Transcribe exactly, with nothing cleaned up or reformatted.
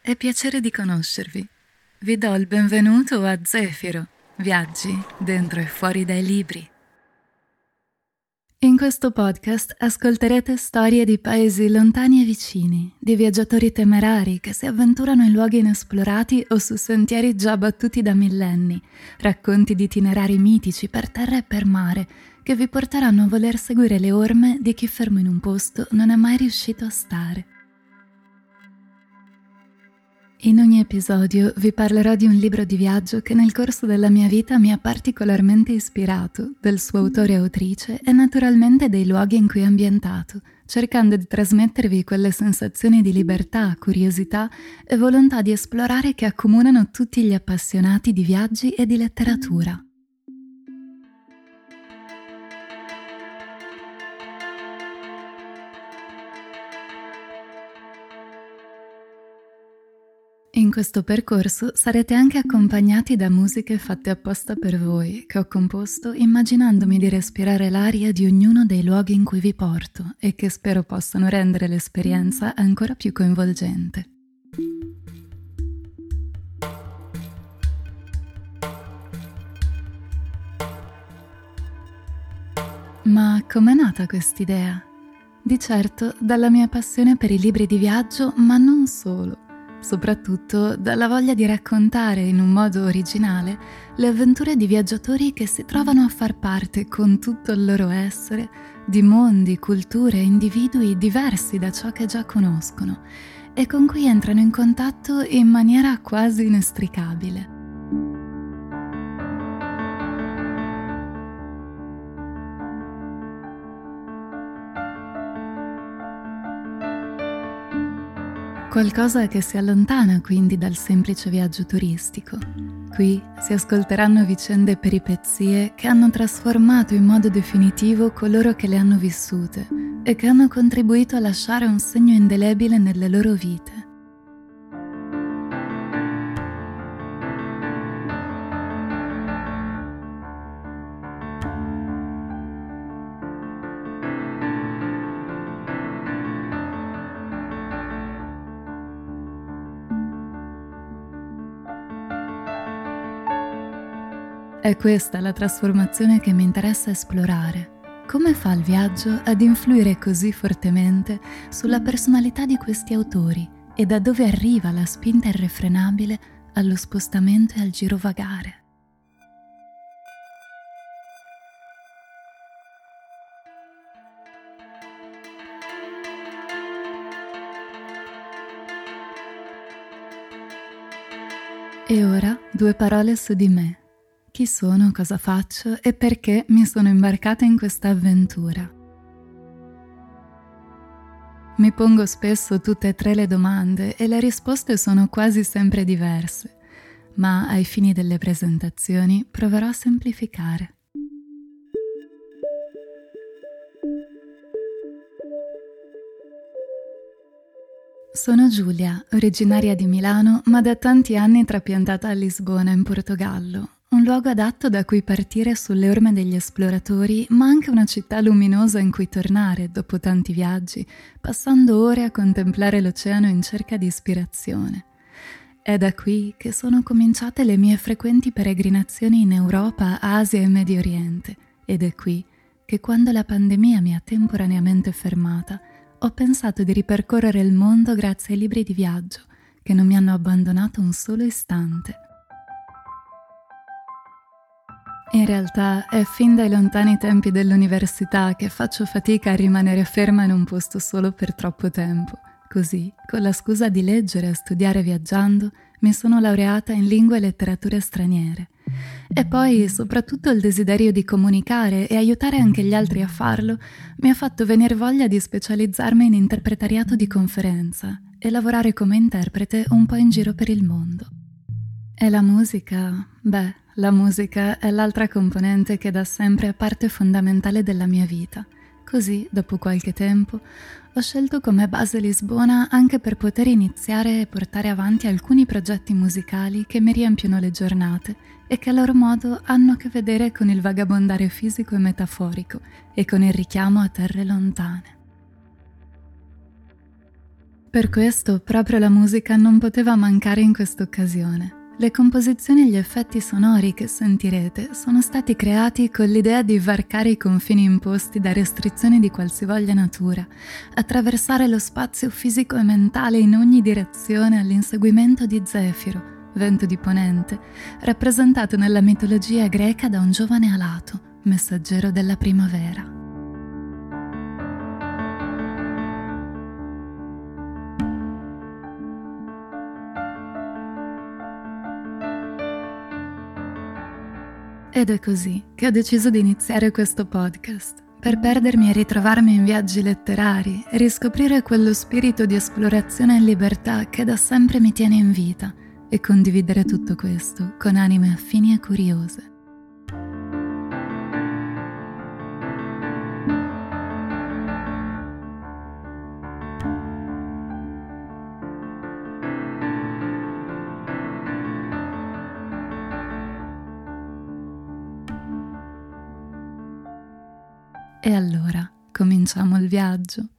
è piacere di conoscervi. Vi do il benvenuto a Zefiro, viaggi dentro e fuori dai libri. In questo podcast ascolterete storie di paesi lontani e vicini, di viaggiatori temerari che si avventurano in luoghi inesplorati o su sentieri già battuti da millenni, racconti di itinerari mitici per terra e per mare che vi porteranno a voler seguire le orme di chi fermo in un posto non è mai riuscito a stare. In ogni episodio vi parlerò di un libro di viaggio che nel corso della mia vita mi ha particolarmente ispirato, del suo autore e autrice e naturalmente dei luoghi in cui è ambientato, cercando di trasmettervi quelle sensazioni di libertà, curiosità e volontà di esplorare che accomunano tutti gli appassionati di viaggi e di letteratura. In questo percorso sarete anche accompagnati da musiche fatte apposta per voi, che ho composto immaginandomi di respirare l'aria di ognuno dei luoghi in cui vi porto e che spero possano rendere l'esperienza ancora più coinvolgente. Ma com'è nata quest'idea? Di certo dalla mia passione per i libri di viaggio, ma non solo. Soprattutto dalla voglia di raccontare in un modo originale le avventure di viaggiatori che si trovano a far parte con tutto il loro essere di mondi, culture e individui diversi da ciò che già conoscono e con cui entrano in contatto in maniera quasi inestricabile. Qualcosa che si allontana quindi dal semplice viaggio turistico. Qui si ascolteranno vicende e peripezie che hanno trasformato in modo definitivo coloro che le hanno vissute e che hanno contribuito a lasciare un segno indelebile nelle loro vite. È questa la trasformazione che mi interessa esplorare. Come fa il viaggio ad influire così fortemente sulla personalità di questi autori e da dove arriva la spinta irrefrenabile allo spostamento e al girovagare? E ora due parole su di me. Chi sono, cosa faccio e perché mi sono imbarcata in questa avventura. Mi pongo spesso tutte e tre le domande e le risposte sono quasi sempre diverse, ma ai fini delle presentazioni proverò a semplificare. Sono Giulia, originaria di Milano, ma da tanti anni trapiantata a Lisbona, in Portogallo. Un luogo adatto da cui partire sulle orme degli esploratori, ma anche una città luminosa in cui tornare dopo tanti viaggi, passando ore a contemplare l'oceano in cerca di ispirazione. È da qui che sono cominciate le mie frequenti peregrinazioni in Europa, Asia e Medio Oriente, ed è qui che quando la pandemia mi ha temporaneamente fermata, ho pensato di ripercorrere il mondo grazie ai libri di viaggio, che non mi hanno abbandonato un solo istante. In realtà è fin dai lontani tempi dell'università che faccio fatica a rimanere ferma in un posto solo per troppo tempo. Così, con la scusa di leggere e studiare viaggiando, mi sono laureata in lingue e letterature straniere. E poi, soprattutto, il desiderio di comunicare e aiutare anche gli altri a farlo mi ha fatto venire voglia di specializzarmi in interpretariato di conferenza e lavorare come interprete un po' in giro per il mondo. E la musica? Beh, la musica è l'altra componente che da sempre è parte fondamentale della mia vita. Così, dopo qualche tempo, ho scelto come base Lisbona anche per poter iniziare e portare avanti alcuni progetti musicali che mi riempiono le giornate e che a loro modo hanno a che vedere con il vagabondare fisico e metaforico e con il richiamo a terre lontane. Per questo proprio la musica non poteva mancare in questa occasione. Le composizioni e gli effetti sonori che sentirete sono stati creati con l'idea di varcare i confini imposti da restrizioni di qualsivoglia natura, attraversare lo spazio fisico e mentale in ogni direzione all'inseguimento di Zefiro, vento di ponente, rappresentato nella mitologia greca da un giovane alato, messaggero della primavera. Ed è così che ho deciso di iniziare questo podcast, per perdermi e ritrovarmi in viaggi letterari e riscoprire quello spirito di esplorazione e libertà che da sempre mi tiene in vita e condividere tutto questo con anime affini e curiose. E allora, cominciamo il viaggio.